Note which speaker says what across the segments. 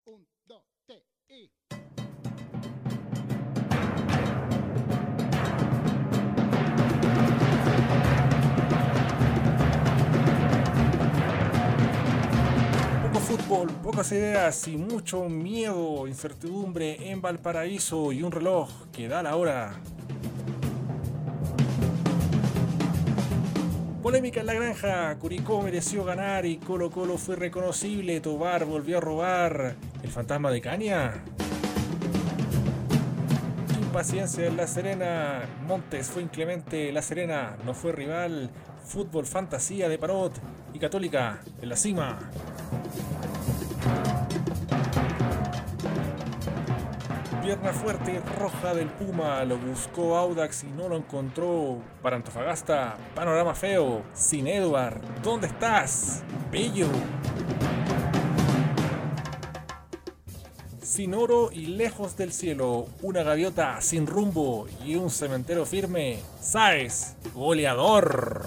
Speaker 1: Un, dos, tres y...
Speaker 2: Poco fútbol, pocas ideas y mucho miedo, incertidumbre en Valparaíso y un reloj que da la hora. Polémica en la granja, Curicó mereció ganar y Colo Colo fue reconocible, Tobar volvió a robar. ¿El fantasma de Caña? Impaciencia en La Serena, Montes fue inclemente, La Serena no fue rival, fútbol fantasía de Parot y Católica en la cima. Pierna fuerte roja del Puma, lo buscó Audax y no lo encontró. Para Antofagasta, panorama feo, sin Edward, ¿dónde estás? Bello. Sin oro y lejos del cielo, una gaviota sin rumbo y un cementerio firme. Sáez, goleador.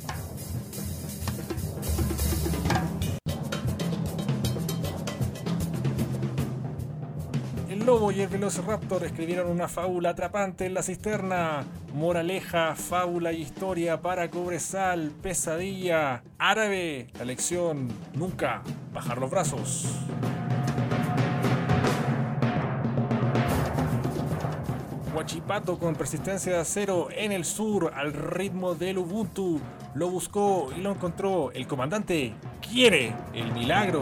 Speaker 2: El lobo y el velociraptor escribieron una fábula atrapante en la cisterna. Moraleja, fábula y historia para Cobresal, pesadilla. Árabe, la lección, nunca bajar los brazos. Huachipato con persistencia de acero en el sur al ritmo del Ubuntu. Lo buscó y lo encontró. El comandante quiere el milagro.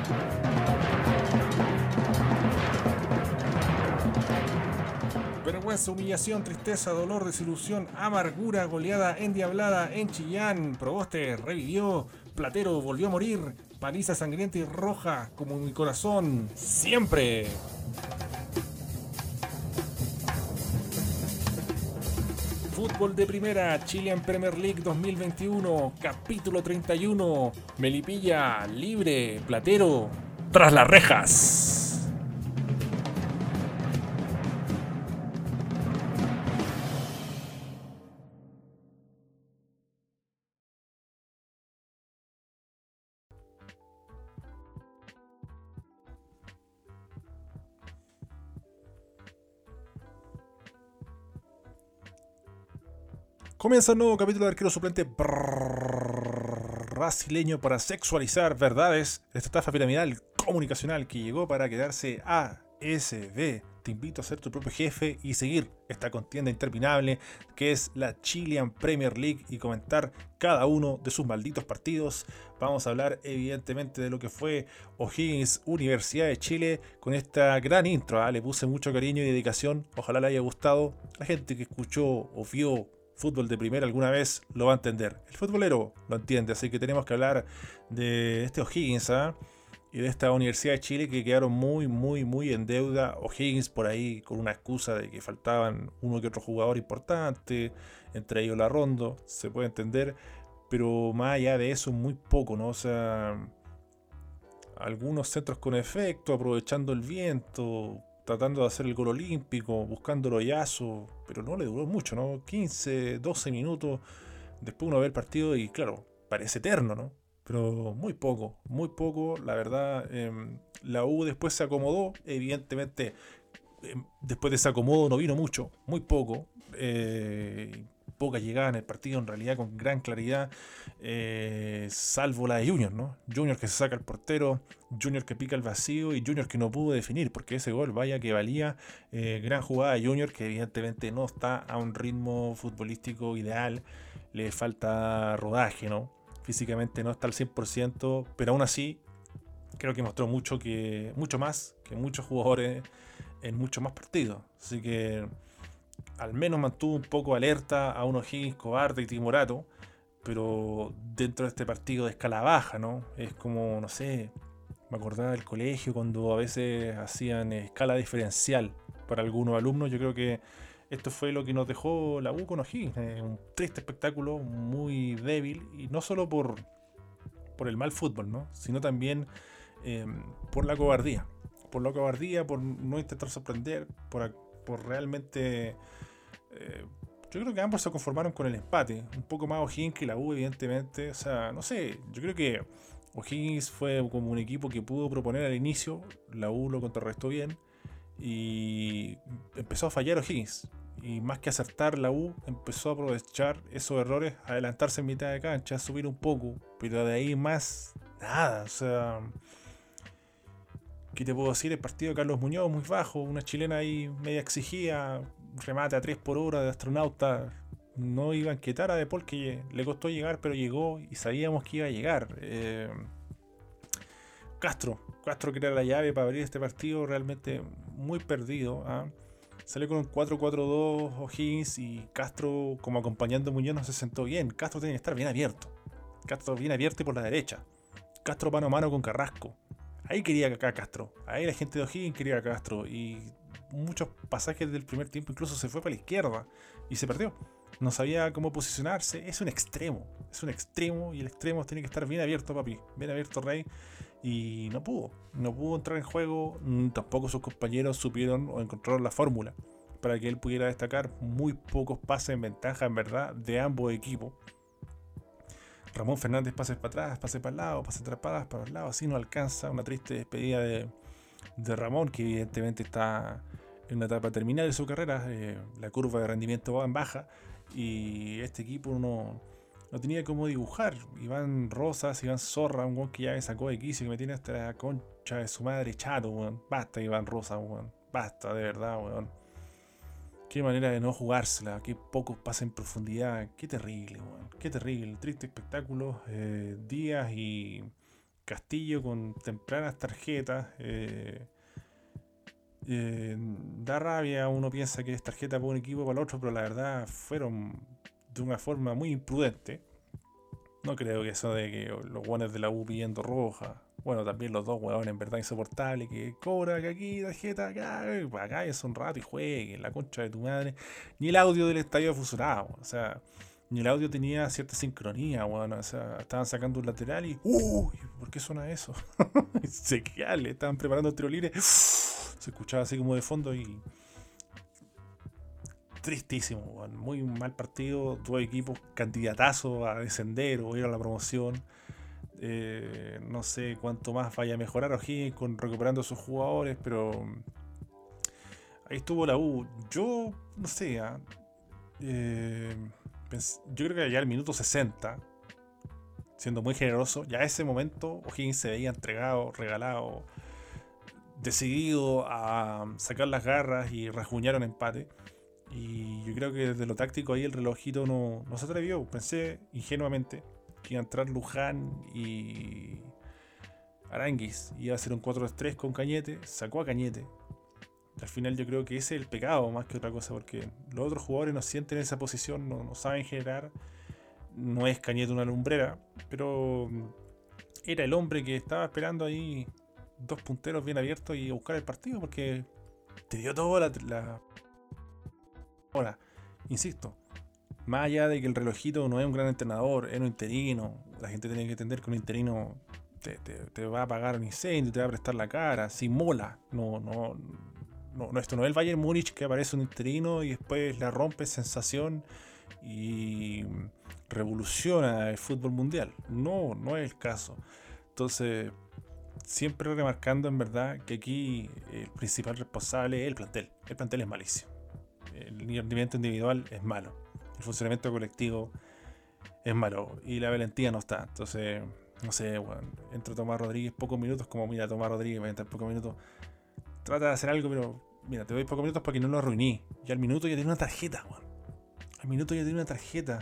Speaker 2: Vergüenza, humillación, tristeza, dolor, desilusión, amargura, goleada, endiablada en Chillán. Proboste revivió, Platero volvió a morir. Paliza sangrienta y roja como mi corazón. Siempre. Fútbol de primera, Chilean Premier League 2021, capítulo 31. Melipilla, libre, Platero, tras las rejas. Comienza un nuevo capítulo de arquero suplente brasileño para sexualizar verdades de esta estafa piramidal comunicacional que llegó para quedarse ASB. Te invito a ser tu propio jefe y seguir esta contienda interminable que es la Chilean Premier League y comentar cada uno de sus malditos partidos. Vamos a hablar evidentemente de lo que fue O'Higgins Universidad de Chile con esta gran intro. Le puse mucho cariño y dedicación. Ojalá le haya gustado. La gente que escuchó o vio fútbol de primera alguna vez lo va a entender. El futbolero lo entiende, así que tenemos que hablar de este O'Higgins y de esta Universidad de Chile que quedaron muy en deuda. O'Higgins por ahí con una excusa de que faltaban uno que otro jugador importante, entre ellos Larrondo, se puede entender, pero más allá de eso muy poco, ¿no? O sea, algunos centros con efecto, aprovechando el viento, tratando de hacer el gol olímpico, buscando el hoyazo, pero no le duró mucho, ¿no? 15, 12 minutos, después uno ve el partido y claro, parece eterno, ¿no? Pero muy poco, la verdad. La U después se acomodó, evidentemente, después de ese acomodo no vino mucho, muy poco. Poca llegada en el partido, en realidad con gran claridad, salvo la de Junior, ¿no? Junior que se saca el portero, Junior que pica el vacío y Junior que no pudo definir, porque ese gol, vaya que valía. Gran jugada de Junior que evidentemente no está a un ritmo futbolístico ideal, le falta rodaje, ¿no? Físicamente no está al 100%, pero aún así creo que mostró mucho más que muchos jugadores en muchos más partidos. Así que al menos mantuvo un poco alerta a unos O'Higgins cobarde y timorato, pero dentro de este partido de escala baja, ¿no? Es como, no sé, me acordaba del colegio cuando a veces hacían escala diferencial para algunos alumnos. Yo creo que esto fue lo que nos dejó la U con O'Higgins, un triste espectáculo, muy débil, y no solo por el mal fútbol, ¿no? Sino también por la cobardía. Por la cobardía, por no intentar sorprender, por realmente... yo creo que ambos se conformaron con el empate. Un poco más O'Higgins que la U, evidentemente. O sea, no sé, yo creo que O'Higgins fue como un equipo que pudo proponer al inicio, la U lo contrarrestó bien y empezó a fallar O'Higgins. Y más que acertar, la U empezó a aprovechar esos errores, adelantarse en mitad de cancha, subir un poco, pero de ahí más nada. O sea, ¿qué te puedo decir? El partido de Carlos Muñoz muy bajo, una chilena ahí media exigía, remate a 3 por hora de astronauta. No iba a inquietar a De Paul, que le costó llegar, pero llegó y sabíamos que iba a llegar. Castro que era la llave para abrir este partido, realmente muy perdido. ¿Ah? Salió con un 4-4-2 O'Higgins y Castro, como acompañando a Muñoz, no se sentó bien. Castro tiene que estar bien abierto. Castro bien abierto y por la derecha. Castro mano a mano con Carrasco. Ahí quería acá Castro. Ahí la gente de O'Higgins quería a Castro. Y muchos pasajes del primer tiempo incluso se fue para la izquierda y se perdió. No sabía cómo posicionarse. Es un extremo. Es un extremo y el extremo tiene que estar bien abierto, papi. Bien abierto, Rey. Y no pudo entrar en juego, tampoco sus compañeros supieron o encontraron la fórmula para que él pudiera destacar. Muy pocos pases en ventaja, en verdad, de ambos equipos. Ramón Fernández pases para atrás, pases para el lado, pases atrapadas para el lado, así no alcanza. Una triste despedida de Ramón, que evidentemente está en una etapa terminal de su carrera. La curva de rendimiento va en baja y este equipo no tenía cómo dibujar. Iván Rosas, Iván Zorra, un weón que ya me sacó de quicio, que me tiene hasta la concha de su madre chato, weón. Basta, Iván Rosas, weón. Basta, de verdad, weón. Qué manera de no jugársela, qué pocos pases en profundidad, qué terrible, weón. Qué terrible, triste espectáculo. Díaz y Castillo con tempranas tarjetas. Da rabia, uno piensa que es tarjeta para un equipo o para el otro, pero la verdad fueron de una forma muy imprudente. No creo que eso de que los hueones de la U pidiendo roja, bueno, también los dos hueones en verdad insoportables, que cobra, que aquí, tarjeta, acá es un rato y juegue, la concha de tu madre. Ni el audio del estadio funcionaba, o sea, ni el audio tenía cierta sincronía, bueno, o sea, estaban sacando un lateral y ¡uy! ¿Por qué suena eso? Sequeales, estaban preparando tiro libre, se escuchaba así como de fondo y tristísimo, bueno, muy mal partido. Dos equipos candidatazos a descender o ir a la promoción. No sé cuánto más vaya a mejorar O'Higgins con recuperando a sus jugadores, pero ahí estuvo la U. Yo no sé, yo creo que ya al minuto 60, siendo muy generoso, ya a ese momento O'Higgins se veía entregado, regalado, decidido a sacar las garras y rasguñaron empate. Y yo creo que desde lo táctico ahí el relojito no se atrevió. Pensé ingenuamente que iba a entrar Luján y Aranguis. Iba a ser un 4-3 con Cañete. Sacó a Cañete. Al final yo creo que ese es el pecado más que otra cosa, porque los otros jugadores no sienten esa posición, no saben generar. No es Cañete una lumbrera, pero era el hombre que estaba esperando ahí dos punteros bien abiertos y a buscar el partido, porque te dio toda la... Ahora, insisto, más allá de que el relojito no es un gran entrenador, es un interino, la gente tiene que entender que un interino te va a apagar un incendio, te va a prestar la cara, simula. Esto no es el Bayern Múnich que aparece un interino y después la rompe sensación y revoluciona el fútbol mundial. No es el caso. Entonces, siempre remarcando en verdad que aquí el principal responsable es el plantel. El plantel es malísimo. El rendimiento individual es malo. El funcionamiento colectivo es malo. Y la valentía no está. Entonces, no sé, bueno, entra Tomás Rodríguez pocos minutos. Como mira, Tomás Rodríguez va a entrar pocos minutos. Trata de hacer algo, pero mira, te doy pocos minutos para que no lo arruiní. Y al minuto ya tiene una tarjeta, weón. Al minuto ya tiene una tarjeta.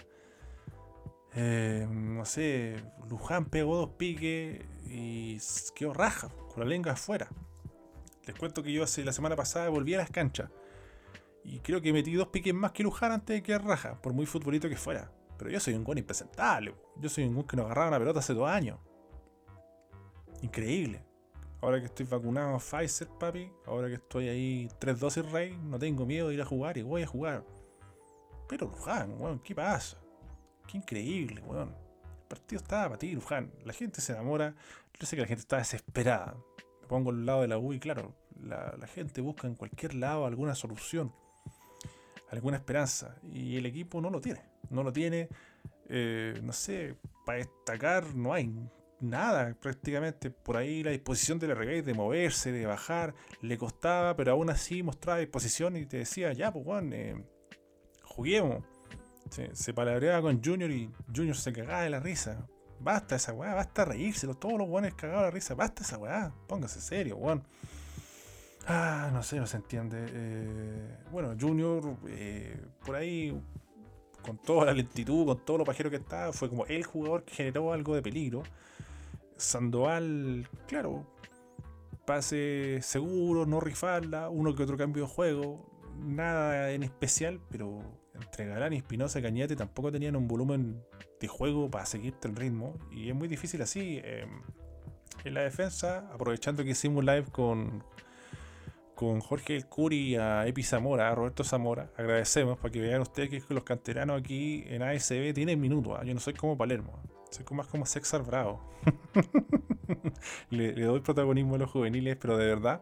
Speaker 2: No sé, Luján pegó dos piques y quedó raja, con la lengua afuera. Les cuento que yo la semana pasada volví a las canchas. Y creo que metí dos piques más que Luján antes de quedar raja, por muy futbolito que fuera. Pero yo soy un buen impresentable. Yo soy un buen que nos agarraba una pelota hace 2 años. Increíble. Ahora que estoy vacunado Pfizer, papi, ahora que estoy ahí 3 dosis rey, no tengo miedo de ir a jugar y voy a jugar. Pero Luján, weón, ¿qué pasa? Qué increíble, weón. El partido estaba para ti, Luján. La gente se enamora. Yo sé que la gente está desesperada. Me pongo al lado de la U y claro, la gente busca en cualquier lado alguna solución, alguna esperanza. Y el equipo no lo tiene. No lo tiene. No sé, para destacar no hay. nada, prácticamente. Por ahí la disposición de la Reggae, de moverse, de bajar, le costaba, pero aún así mostraba disposición y te decía, ya, pues, weón, juguemos. Se palabreaba con Junior y Junior se cagaba de la risa. Basta esa weá, basta reírselo. Todos los weones cagados de la risa. Basta esa weá, póngase serio, weón. No sé, no se entiende. Bueno, Junior, por ahí, con toda la lentitud, con todo lo pajero que estaba, fue como el jugador que generó algo de peligro. Sandoval, claro, pase seguro, no rifarla, uno que otro cambio de juego, nada en especial, pero entre Galán y Espinosa y Cañete tampoco tenían un volumen de juego para seguirte el ritmo, y es muy difícil así. En la defensa, aprovechando que hicimos live con Jorge El Curi, a Epi Zamora, a Roberto Zamora, agradecemos para que vean ustedes que los canteranos aquí en ASB tienen minutos. Yo no soy como Palermo, soy más como César Bravo. le doy protagonismo a los juveniles, pero de verdad.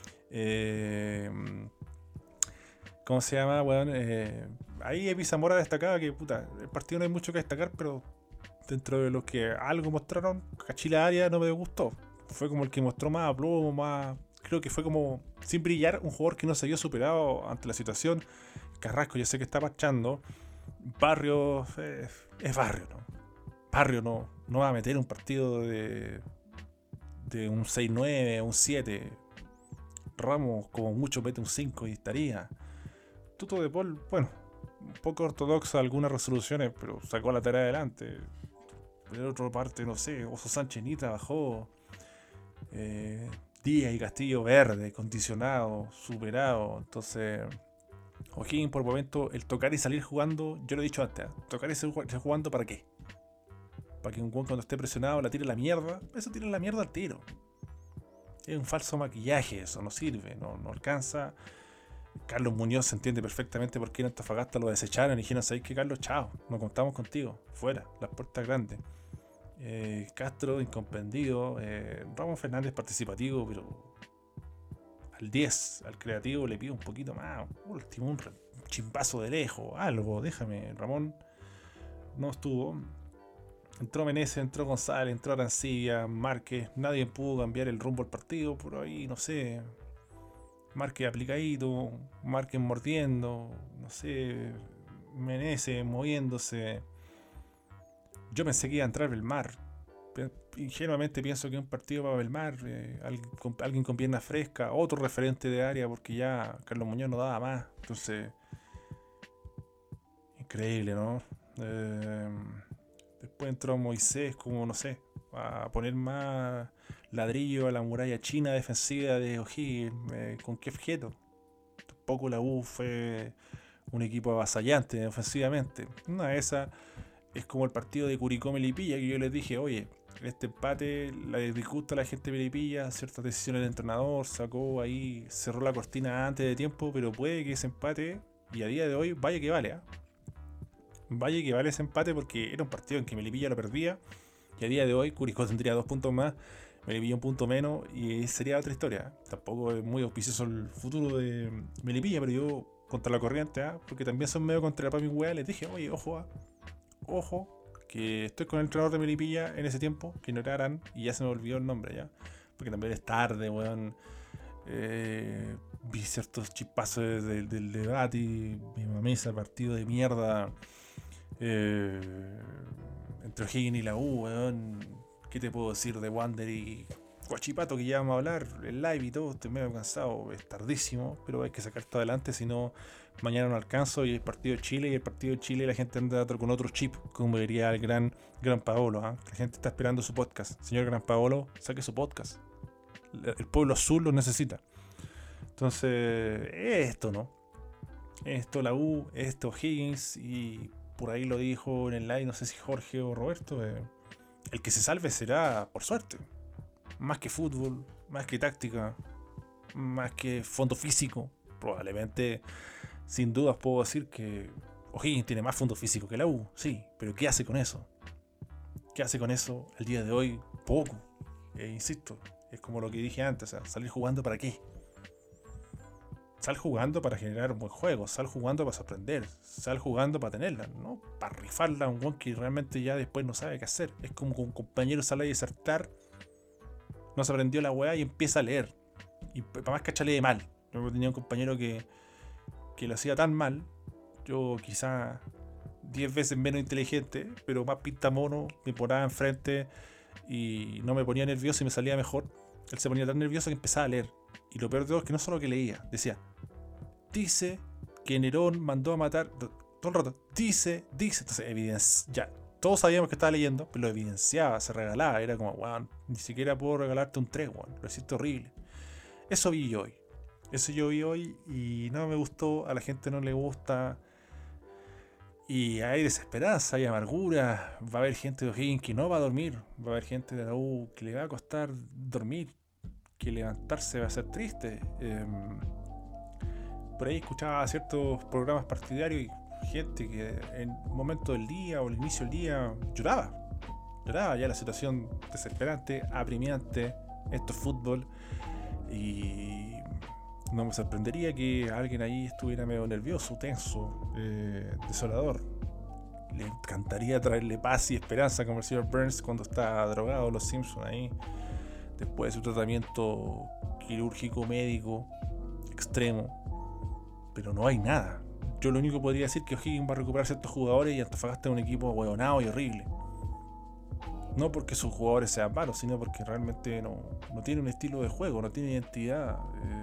Speaker 2: ¿Cómo se llama? Bueno, ahí Epi Zamora destacaba que, puta, el partido no hay mucho que destacar, pero dentro de los que algo mostraron, Cachila Arias no me gustó. Fue como el que mostró más aplomo, más... Creo que fue como, sin brillar, un jugador que no se vio superado ante la situación. Carrasco, yo sé que está marchando. Barrio es Barrio, ¿no? Barrio no va a meter un partido de un 6-9, un 7. Ramos como mucho mete un 5 y estaría. Tuto de Paul, bueno, un poco ortodoxo algunas resoluciones, pero sacó la tarea adelante. Por otra parte, no sé, Oso Sánchez ni trabajó. Díaz y Castillo verde, condicionado, superado. Entonces, O'Higgins por momento, el tocar y salir jugando, yo lo he dicho antes, tocar y salir jugando ¿para qué? Para que un jugador cuando esté presionado la tire la mierda. Eso tira la mierda al tiro. Es un falso maquillaje, eso no sirve, no alcanza. Carlos Muñoz se entiende perfectamente por qué en Antofagasta lo desecharon y dijeron, ¿sabéis qué, Carlos? Chao, no contamos contigo, fuera, las puertas grandes. Castro, incomprendido. Ramón Fernández, participativo, pero al 10, al creativo, le pido un poquito más. Último, un chimbazo de lejos, algo, déjame. Ramón no estuvo. Entró Meneses, entró González, entró Arancibia, Márquez. Nadie pudo cambiar el rumbo del partido. Por ahí, no sé. Márquez aplicadito, Márquez mordiendo, no sé. Meneses moviéndose. Yo pensé que iba a entrar Belmar. Ingenuamente pienso que es un partido para Belmar. Alguien con pierna fresca, otro referente de área, porque ya Carlos Muñoz no daba más. Entonces, increíble, ¿no? Después entró Moisés, como no sé, a poner más ladrillo a la muralla china defensiva de O'Higgins. ¿Con qué objeto? Tampoco la U fue un equipo avasallante ofensivamente. Una de esas es como el partido de Curicó Melipilla, que yo les dije, oye, este empate le disgusta a la gente de Melipilla, ciertas decisiones del entrenador, sacó ahí, cerró la cortina antes de tiempo, pero puede que ese empate, y a día de hoy, vaya que vale, vaya que vale ese empate, porque era un partido en que Melipilla lo perdía, y a día de hoy Curicó tendría 2 puntos más, Melipilla un punto menos, y sería otra historia. Tampoco es muy auspicioso el futuro de Melipilla, pero yo contra la corriente, porque también son medio contra la papi wea, les dije, oye, ojo, que estoy con el entrenador de Melipilla en ese tiempo, que no era Arán, y ya se me olvidó el nombre ya, porque también es tarde, weón. Vi ciertos chispazos del debate y me mamé ese partido de mierda entre O'Higgins y la U, weón. ¿Qué te puedo decir de Wander y Guachipato, que ya vamos a hablar, el live y todo? Estoy medio cansado, es tardísimo, pero hay que sacar esto adelante, si no mañana no alcanzo. Y el partido de Chile, la gente anda con otro chip, como diría el gran Paolo. La gente está esperando su podcast. Señor Gran Paolo, saque su podcast. El pueblo azul lo necesita. Entonces, esto la U, esto Higgins, y por ahí lo dijo en el live, no sé si Jorge o Roberto, el que se salve será por suerte. Más que fútbol, más que táctica, más que fondo físico. Probablemente, sin dudas puedo decir que O'Higgins tiene más fondo físico que la U, sí, pero ¿qué hace con eso? ¿Qué hace con eso al día de hoy? Poco. Insisto, es como lo que dije antes, salir jugando ¿para qué? Sal jugando para generar un buen juego, sal jugando para sorprender, sal jugando para tenerla, no para rifarla a un weón que realmente ya después no sabe qué hacer. Es como que un compañero sale a disertar, no se aprendió la weá y empieza a leer. Y para más cachale de mal. Yo tenía un compañero que lo hacía tan mal, yo quizá 10 veces menos inteligente, pero más pintamono, me ponía enfrente y no me ponía nervioso y me salía mejor. Él se ponía tan nervioso que empezaba a leer. Y lo peor de todo es que no solo que leía, decía, dice que Nerón mandó a matar, todo el rato, dice, entonces ya, todos sabíamos que estaba leyendo, pero lo evidenciaba, se regalaba, era como, weón, ni siquiera puedo regalarte un 3, weón, lo hiciste horrible. Eso vi hoy y no me gustó, a la gente no le gusta. Y hay desesperanza, hay amargura, va a haber gente de O'Higgins que no va a dormir, va a haber gente de la U que le va a costar dormir, que levantarse va a ser triste. Por ahí escuchaba ciertos programas partidarios y gente que en un momento del día o el inicio del día lloraba ya la situación desesperante, apremiante, esto es fútbol y no me sorprendería que alguien ahí estuviera medio nervioso, tenso, desolador. Le encantaría traerle paz y esperanza como el señor Burns cuando está drogado, los Simpsons ahí, después de su tratamiento quirúrgico médico extremo, pero no hay nada. Yo lo único que podría decir es que O'Higgins va a recuperar ciertos jugadores y Antofagasta es un equipo hueonado y horrible. No porque sus jugadores sean malos, sino porque realmente no tiene un estilo de juego, no tiene identidad.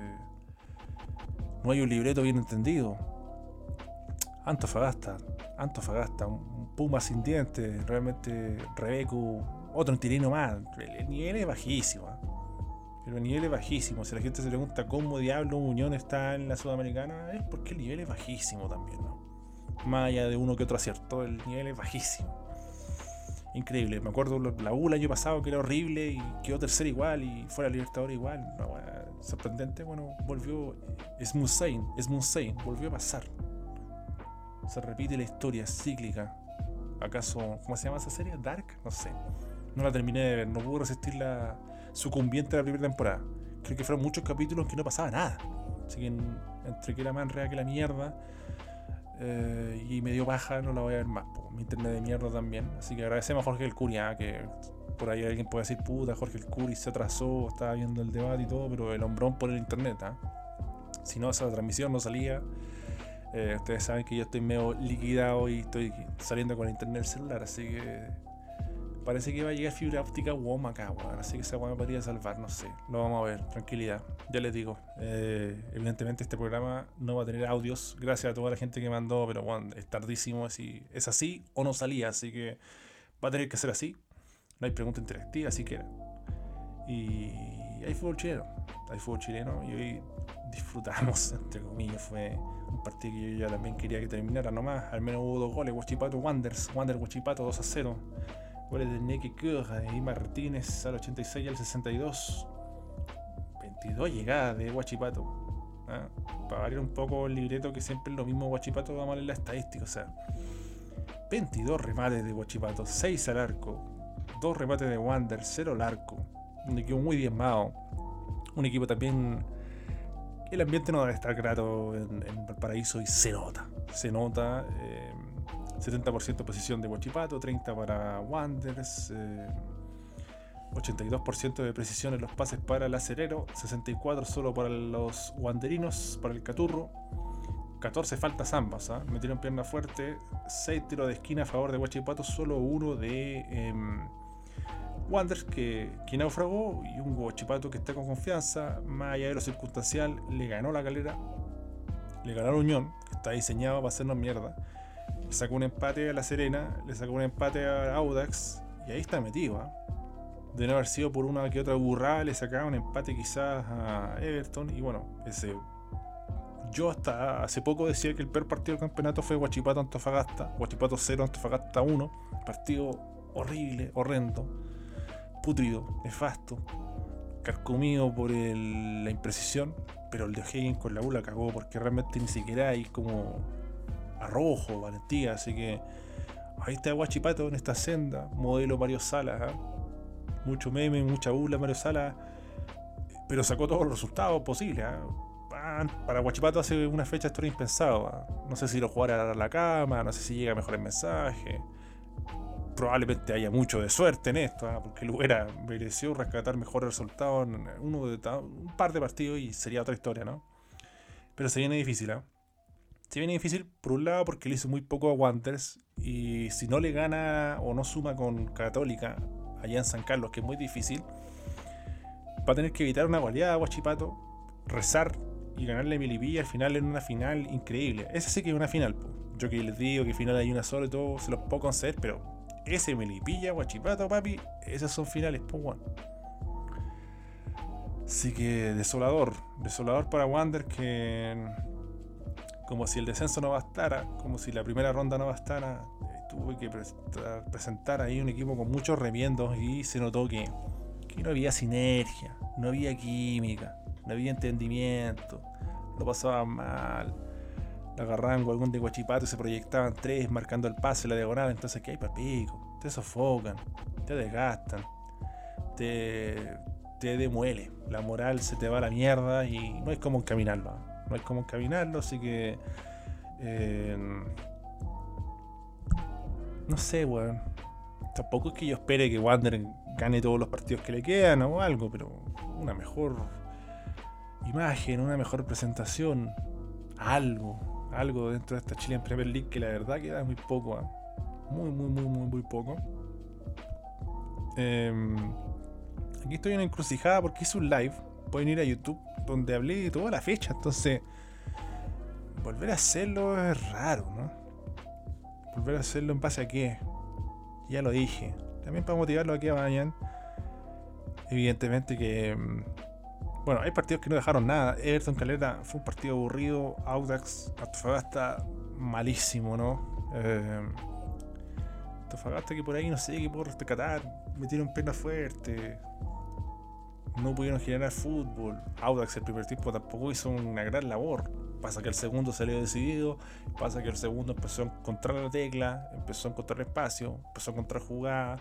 Speaker 2: No hay un libreto bien entendido. Antofagasta, un Puma sin dientes, realmente Rebeco, otro tirino más. El nivel es bajísimo. Pero el nivel es bajísimo. Si la gente se pregunta cómo diablo Unión está en la Sudamericana, es porque el nivel es bajísimo también, ¿no? Más allá de uno que otro acierto, el nivel es bajísimo. Increíble. Me acuerdo la U el año pasado que era horrible y quedó tercera igual y fuera Libertadores igual. Sorprendente. Bueno, volvió Smooth Sailing, volvió a pasar. Se repite la historia, es cíclica. ¿Acaso, cómo se llama esa serie? ¿Dark? No sé. No la terminé de ver, no pude resistir la sucumbiente de la primera temporada. Creo que fueron muchos capítulos que no pasaba nada. Así que entre que era más enredada que la mierda y me dio paja, no la voy a ver más. Mi internet de mierda también. Así que agradecemos a Jorge el Curi, que por ahí alguien puede decir, puta, Jorge el Curi se atrasó, estaba viendo el debate y todo, pero el hombrón por el internet. Si no, esa transmisión no salía. Ustedes saben que yo estoy medio liquidado y estoy saliendo con el internet del celular, así que parece que va a llegar fibra óptica WOM acá, bueno, así que esa me podría salvar, no sé, lo vamos a ver, tranquilidad, ya les digo. Evidentemente este programa no va a tener audios, gracias a toda la gente que mandó, pero bueno, es tardísimo, si es así o no salía, así que va a tener que ser así, no hay pregunta interactiva siquiera. Y hay fútbol chileno y hoy disfrutamos, entre comillas, fue un partido que yo ya también quería que terminara nomás, al menos hubo 2 goles, Huachipato Wander Huachipato 2-0, goles de Neke Curra y Martínez al 86 y al 62, 22 llegadas de Huachipato, para variar un poco el libreto que siempre es lo mismo Huachipato, va mal en la estadística, o sea, 22 remates de Huachipato, 6 al arco, 2 remates de Wander, 0 al arco, un equipo muy diezmado, un equipo también. El ambiente no debe estar grato en Valparaíso y se nota. 70% posición de Huachipato, 30% para Wanderers, 82% de precisión en los pases para el Acerero, 64% solo para los wanderinos, para el Caturro, 14 faltas ambas, metieron pierna fuerte, 6 tiros de esquina a favor de Huachipato, solo 1 de Wanderers que naufragó y un Huachipato que está con confianza, más allá de lo circunstancial, le ganó la Calera, le ganó a la Unión, que está diseñado para hacernos mierda, le sacó un empate a La Serena, le sacó un empate a Audax y ahí está metido. De no haber sido por una que otra burrada, le sacaba un empate quizás a Everton y bueno, yo hasta hace poco decía que el peor partido del campeonato fue Huachipato-Antofagasta, Huachipato 0, Antofagasta 1, partido horrible, horrendo, putrido, nefasto, carcomido por la imprecisión, pero el de O'Higgins con la U la cagó porque realmente ni siquiera hay como arrojo, valentía, así que ahí está Huachipato en esta senda, modelo Mario Salas, mucho meme, mucha burla Mario Salas, pero sacó todos los resultados posibles, para Huachipato hace una fecha esto era impensado. No sé si lo jugara a la cama, no sé si llega mejor el mensaje. Probablemente haya mucho de suerte en esto, porque Luguera mereció rescatar mejor resultado en un par de partidos y sería otra historia, ¿no? Pero se viene difícil, ¿eh? Se viene difícil por un lado porque le hizo muy poco a Wanderers y si no le gana o no suma con Católica allá en San Carlos, que es muy difícil, va a tener que evitar una goleada a Huachipato, rezar y ganarle a Melipilla al final en una final increíble. Esa sí que es una final, po. Yo que les digo que final hay una sola y todo, se los puedo conceder, pero ese Melipilla, Huachipato, papi, esas son finales, pues bueno. Así que desolador para Wander, que como si el descenso no bastara, como si la primera ronda no bastara, tuve que presentar ahí un equipo con muchos remiendos y se notó que no había sinergia, no había química, no había entendimiento, lo pasaban mal, la agarraban con algún de Huachipato y se proyectaban tres marcando el pase, la diagonal, entonces ¿qué hay para pico? Te sofocan, te desgastan, te demuele, la moral se te va a la mierda y no hay como encaminarlo, así que no sé, weón. Tampoco es que yo espere que Wander gane todos los partidos que le quedan o algo, pero una mejor imagen, una mejor presentación, algo dentro de esta Chilean Premier League que la verdad queda muy poco, muy poco. Aquí estoy en una encrucijada porque hice un live, pueden ir a YouTube, donde hablé de toda la fecha, entonces volver a hacerlo es raro, ¿no? Volver a hacerlo en base a qué, ya lo dije, también para motivarlo a que vayan. Evidentemente que bueno, hay partidos que no dejaron nada. Everton Calera fue un partido aburrido. Audax Antofagasta malísimo, ¿no? Antofagasta que por ahí no sé qué puedo rescatar, metieron pierna fuerte, no pudieron generar fútbol. Audax el primer tiempo tampoco hizo una gran labor. Pasa que el segundo salió decidido, pasa que el segundo empezó a encontrar la tecla, empezó a encontrar espacio, empezó a encontrar jugada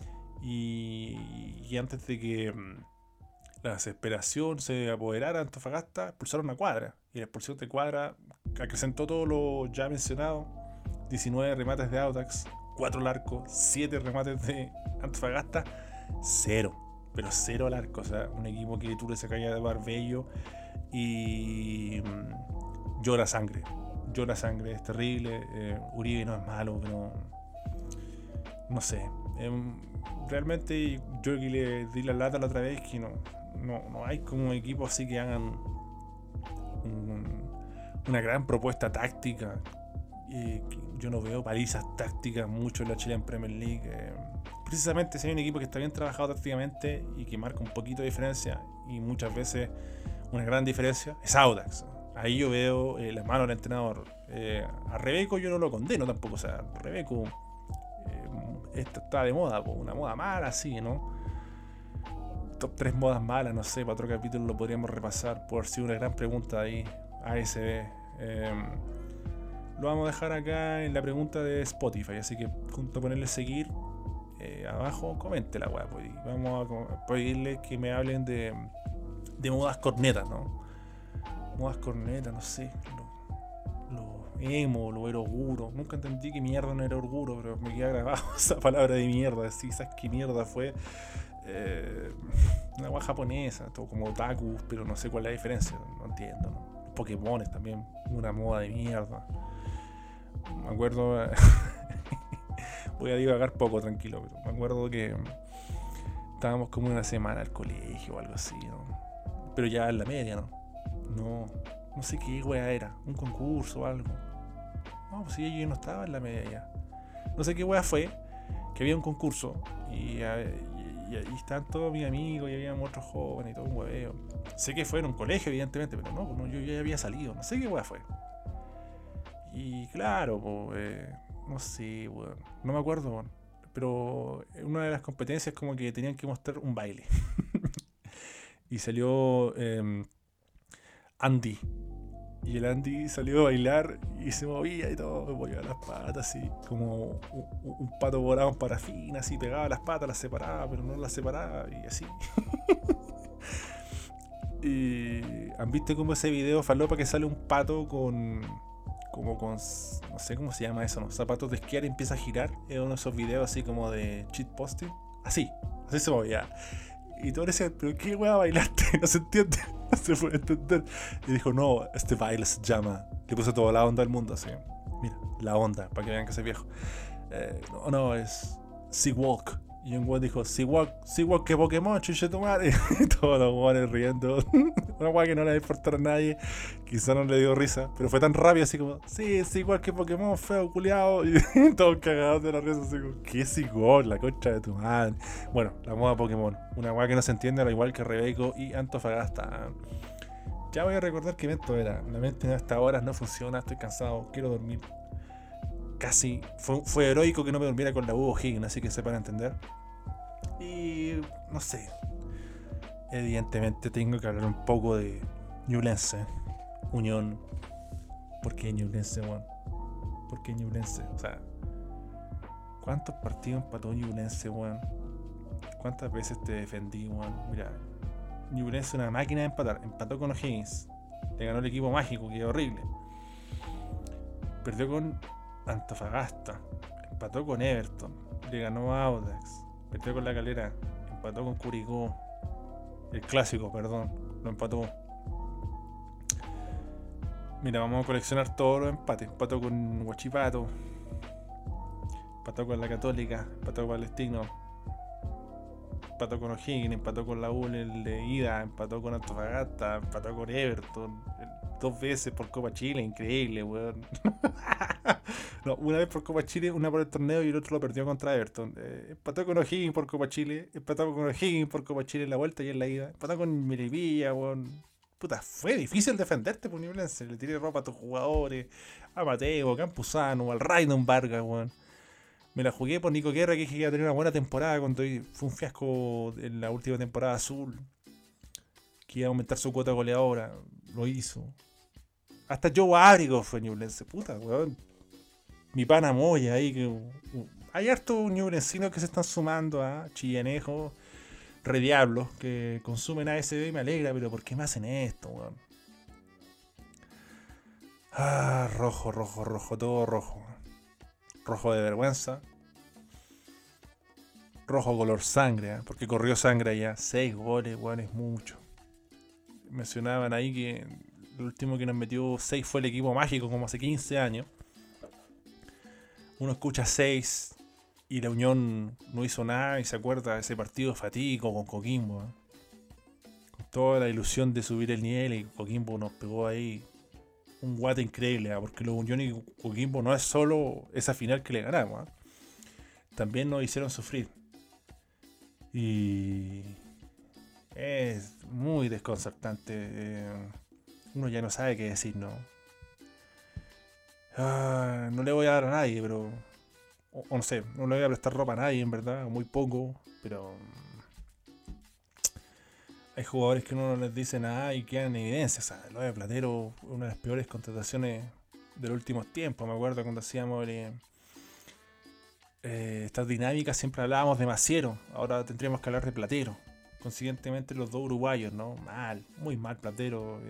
Speaker 2: y antes de que la desesperación se apoderara de Antofagasta, expulsaron a Cuadra y la expulsión de Cuadra acrecentó todo lo ya mencionado. 19 remates de Audax, 4 al arco, 7 remates de Antofagasta, 0, pero 0 al arco. O sea, un equipo que tú le sacáis de Barbello y llora sangre, es terrible. Uribe no es malo, pero no sé. Realmente yo que le di la lata la otra vez que no hay como equipos así que hagan una gran propuesta táctica. Yo no veo palizas tácticas mucho en la Chilean Premier League. Precisamente si hay un equipo que está bien trabajado tácticamente y que marca un poquito de diferencia y muchas veces una gran diferencia, es Audax. Ahí yo veo la mano del entrenador. A Rebeco yo no lo condeno tampoco. O sea, Rebeco esto está de moda, una moda mala así, ¿no? Top 3 modas malas, no sé, para otro capítulo lo podríamos repasar por si una gran pregunta ahí, ASB. Lo vamos a dejar acá en la pregunta de Spotify, así que junto a ponerle seguir, abajo comente la weá, pues, y vamos a pedirles que me hablen de modas cornetas, ¿no? Modas cornetas, no sé, lo emo, lo eroguro. Nunca entendí que mierda no era orguro, pero me queda grabado esa palabra de mierda. Sí, ¿sabes qué mierda fue? Una guay japonesa, todo como otaku, pero no sé cuál es la diferencia, no entiendo, ¿no? Los Pokémones también, una moda de mierda. Me acuerdo, voy a divagar poco, tranquilo, pero me acuerdo que estábamos como una semana al colegio o algo así, ¿no? Pero ya en la media, no sé qué wea era, un concurso o algo. No, pues sí, yo no estaba en la media ya. No sé qué wea fue, que había un concurso y ahí estaban todos mis amigos y había otros jóvenes y todo un hueveo. Sé que fue en un colegio, evidentemente, pero no, yo ya había salido, no sé qué wea fue. Y claro, no sé, weón, no me acuerdo, weón, pero una de las competencias como que tenían que mostrar un baile. Y salió Andy. Y el Andy salió a bailar y se movía y todo, movía las patas así, como un pato volado en parafina, así, pegaba las patas, las separaba, pero no las separaba y así. Y ¿han visto como ese video falopa que sale un pato con no sé cómo se llama eso, ¿no? Zapatos de esquiar y empieza a girar? Es uno de esos videos así como de cheat posting. Así se movía. Y todos decían, pero qué wea bailaste, no se entiende, no se puede entender. Y dijo, no, este baile se llama. Le puso toda la onda al mundo así. Mira, la onda, para que vean que soy viejo. No, es Sea Walk. Y un weón dijo, Sea Walk que Pokémon, chuche tu madre. Y todos los weones riendo. Una weá que no le va a importar a nadie. Quizá no le dio risa, pero fue tan rápido así como, sí, Sea Walk que Pokémon, feo, culiao. Y todos cagados de la risa así como, ¿qué Sea Walk? La concha de tu madre. Bueno, la moda Pokémon. Una weá que no se entiende, al igual que Rebeco y Antofagasta. Ya voy a recordar qué evento era. La mente hasta ahora no funciona, estoy cansado, quiero dormir. Casi fue heroico que no me durmiera con la Hugo Higgins, así que sepan entender. Y no sé, evidentemente tengo que hablar un poco de Ñublense, Unión. ¿Por qué Ñublense, weón? ¿Por qué Ñublense? O sea, ¿cuántos partidos empató Ñublense, weón? ¿Cuántas veces te defendí, weón? Mira, Ñublense es una máquina de empatar. Empató con O'Higgins, le ganó el equipo mágico, que es horrible. Perdió con Antofagasta, empató con Everton, le ganó a Audax, perdió con La Calera, empató con Curicó, el clásico, perdón, lo empató. Mira, vamos a coleccionar todos los empates. Empató con Huachipato, empató con La Católica, empató con Palestino, empató con O'Higgins, empató con la U el de ida, empató con Antofagasta, empató con Everton, 2 veces por Copa Chile, increíble, weón. No, una vez por Copa Chile, una por el torneo y el otro lo perdió contra Everton. Empató con O'Higgins por Copa Chile, empató con O'Higgins por Copa Chile en la vuelta y en la ida, empató con Melipilla, weón. Puta, fue difícil defenderte por Ñublense. Le tiré ropa a tus jugadores, a Mateo, a Campuzano, al Raydon Vargas, weón. Me la jugué por Nico Guerra, que dije que iba a tener una buena temporada cuando fue un fiasco en la última temporada azul. Que iba a aumentar su cuota goleadora. Lo hizo. Hasta Joe Ábrigo fue Ñublense. Puta, weón. Mi pana Moya ahí. Hay hartos ñublencinos que se están sumando a Chillanejo, Rediablos, que consumen ASB y me alegra, pero ¿por qué me hacen esto, weón? Rojo, todo rojo. Rojo de vergüenza. Rojo color sangre, porque corrió sangre allá. 6 goles, weón, es mucho. Mencionaban ahí que el último que nos metió 6 fue el equipo mágico, como hace 15 años. Uno escucha 6 y la Unión no hizo nada y se acuerda de ese partido fatídico con Coquimbo. Con toda la ilusión de subir el nivel y Coquimbo nos pegó ahí un guate increíble, porque la Unión y Coquimbo no es solo esa final que le ganamos. También nos hicieron sufrir. Y es muy desconcertante. Uno ya no sabe qué decir, ¿no? No le voy a dar a nadie, pero... O no sé, no le voy a prestar ropa a nadie, en verdad, muy poco, pero... Hay jugadores que uno no les dice nada y quedan en evidencia. O sea, lo de Platero fue una de las peores contrataciones de los últimos tiempos. Me acuerdo cuando hacíamos estas dinámicas, siempre hablábamos de Maciero. Ahora tendríamos que hablar de Platero. Consiguientemente los dos uruguayos, ¿no? Mal, muy mal Platero.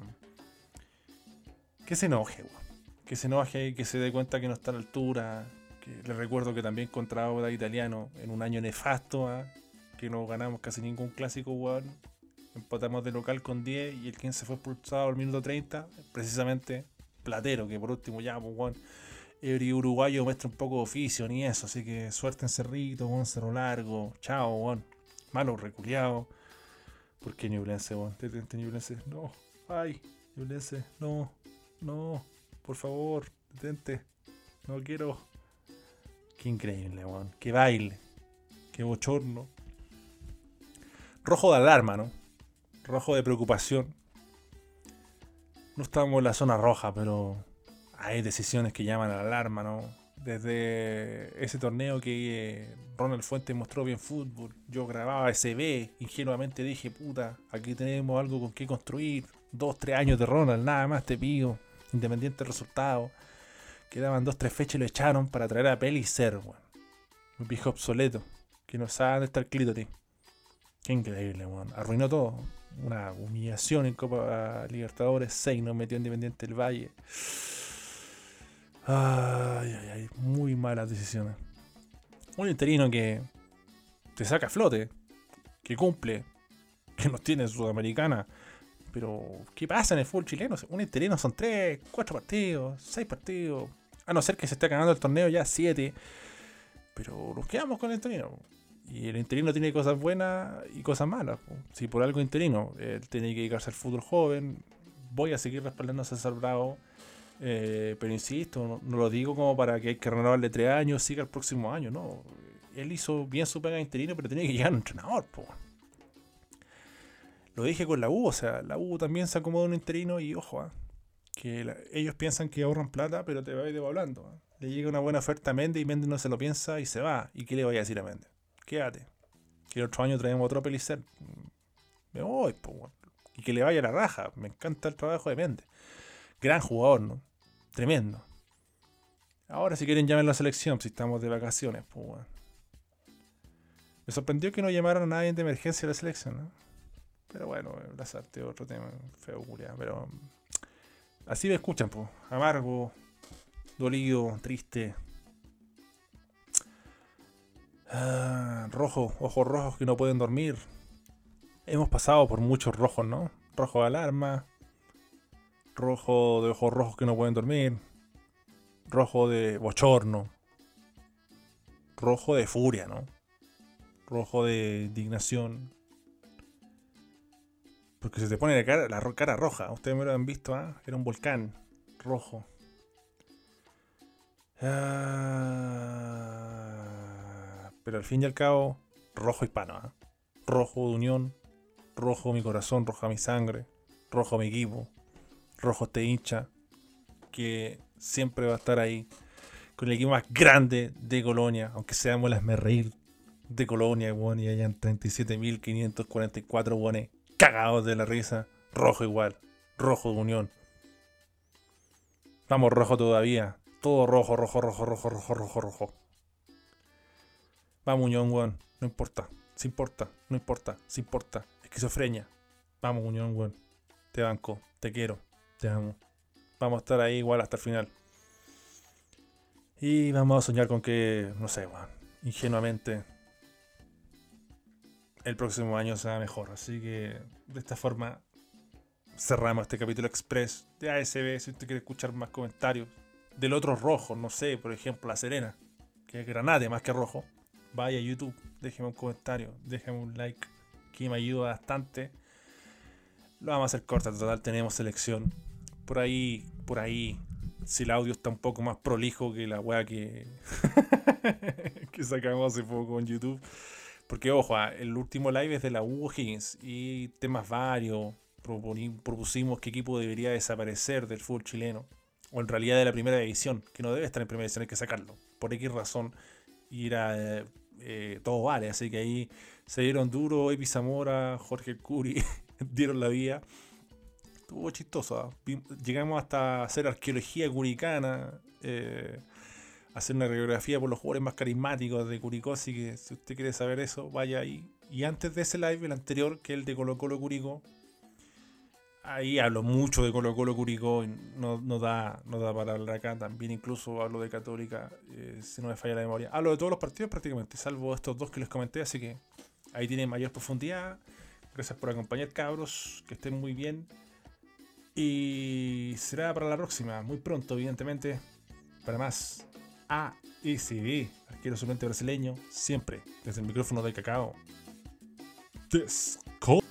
Speaker 2: Que se enoje, weón. Que se enoje, que se dé cuenta que no está a la altura. Que le recuerdo que también contra Audax Italiano en un año nefasto, que no ganamos casi ningún clásico, weón. Empatamos de local con 10 y el 15 fue expulsado al minuto 30. Precisamente Platero, que por último ya, pues, weón. Every uruguayo muestra un poco de oficio, ni eso. Así que suerte en Cerrito, weón, Cerro Largo. Chao, weón. Malo, reculeado. ¿Por qué Ñublense, weón? Detente, Ñublense. No. Ay, Ñublense. No. No. Por favor, detente. No quiero. Qué increíble, weón. Qué baile. Qué bochorno. Rojo de alarma, ¿no? Rojo de preocupación. No estamos en la zona roja, pero hay decisiones que llaman a la alarma, ¿no? Desde ese torneo que Ronald Fuentes mostró bien fútbol, yo grababa SB, ingenuamente dije, puta, aquí tenemos algo con qué construir. 2-3 años de Ronald, nada más te pido, independiente del resultado. Quedaban 2-3 fechas y lo echaron para traer a Pellicer, weón. Un viejo obsoleto, que no sabe dónde está el clítoris. Qué increíble, weón. Arruinó todo. Una humillación en Copa Libertadores. 6 nos metió Independiente del Valle. Ay, ay, ay. Muy malas decisiones. Un interino que te saca a flote, que cumple, que nos tiene en Sudamericana. Pero, ¿qué pasa en el fútbol chileno? Un interino son 3, 4 partidos, 6 partidos. A no ser que se esté ganando el torneo ya 7. Pero nos quedamos con el interino. Y el interino tiene cosas buenas y cosas malas. Si por algo interino, él tiene que dedicarse al fútbol joven. Voy a seguir respaldando a César Bravo. Pero insisto, no lo digo como para que hay que renovarle 3 años, siga el próximo año. No, él hizo bien su pega de interino, pero tenía que llegar un entrenador. Lo dije con la U, o sea, la U también se acomodó un interino y ojo, que ellos piensan que ahorran plata, pero te va a ir devaluando. Le llega una buena oferta a Méndez y Méndez no se lo piensa y se va. ¿Y qué le voy a decir a Méndez? Quédate. Que el otro año traemos otro Pellicer. Me voy, y que le vaya a la raja. Me encanta el trabajo de Méndez. Gran jugador, ¿no? Tremendo. Ahora si quieren llamen a la selección, si estamos de vacaciones, Me sorprendió que no llamaran a nadie de emergencia a la selección, ¿no? Pero bueno, Lazarte es otro tema feo, culiado. Pero así me escuchan, pues. Amargo, dolido, triste. Rojo, ojos rojos que no pueden dormir. Hemos pasado por muchos rojos, ¿no? Rojo de alarma. Rojo de ojos rojos que no pueden dormir. Rojo de bochorno. Rojo de furia, ¿no? Rojo de indignación. Porque se te pone la cara roja. Ustedes me lo han visto, ¿ah? Era un volcán rojo. Pero al fin y al cabo, rojo hispano, ¿ah? Rojo de unión. Rojo mi corazón, roja mi sangre. Rojo mi equipo. Rojo este hincha. Que siempre va a estar ahí. Con el equipo más grande de Colonia. Aunque seamos las reír de Colonia, bueno, y hayan 37.544 buenos cagados de la risa. Rojo igual. Rojo de unión. Vamos rojo todavía. Todo rojo, rojo, rojo, rojo, rojo, rojo, rojo. Vamos Unión, weón. No importa. Se importa. No importa. Se importa. Esquizofrenia. Vamos Unión, weón. Te banco. Te quiero. Te amo. Vamos a estar ahí igual hasta el final. Y vamos a soñar con que, no sé, weón, ingenuamente el próximo año sea mejor. Así que de esta forma cerramos este capítulo express de ASB. Si usted quiere escuchar más comentarios del otro rojo, no sé, por ejemplo La Serena, que es granate más que rojo, vaya a YouTube, déjeme un comentario, déjeme un like, que me ayuda bastante. Lo vamos a hacer corta, total tenemos selección. Por ahí, si el audio está un poco más prolijo que la weá que que sacamos hace poco en YouTube. Porque ojo, el último live es de la Hugo Higgins y temas varios. Propusimos qué equipo debería desaparecer del fútbol chileno. O en realidad de la primera división, que no debe estar en primera división, hay que sacarlo. Por X razón. Y era todo vale, así que ahí se dieron duro. Epi Zamora, Jorge Curi dieron la vía. Estuvo chistoso. Llegamos hasta hacer arqueología curicana, hacer una radiografía por los jugadores más carismáticos de Curicó. Así que si usted quiere saber eso, vaya ahí. Y antes de ese live, el anterior, que es el de Colo Colo Curicó, ahí hablo mucho de Colo Colo Curicó. No da para hablar acá. También incluso hablo de Católica, si no me falla la memoria. Hablo de todos los partidos prácticamente, salvo estos dos que les comenté. Así que ahí tienen mayor profundidad. Gracias por acompañar, cabros. Que estén muy bien. Y será para la próxima, muy pronto, evidentemente, para más ASB, arquero suplente brasileño, siempre desde el micrófono de Cacao.